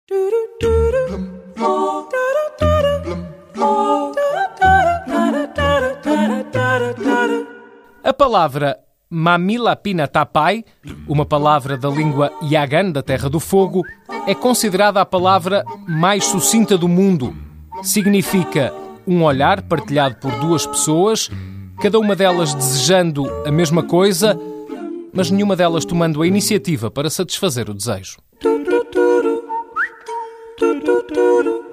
A palavra Mamilapina Tapai, uma palavra da língua Yagan, da Terra do Fogo, é considerada a palavra mais sucinta do mundo. Significa um olhar partilhado por duas pessoas, cada uma delas desejando a mesma coisa, mas nenhuma delas tomando a iniciativa para satisfazer o desejo.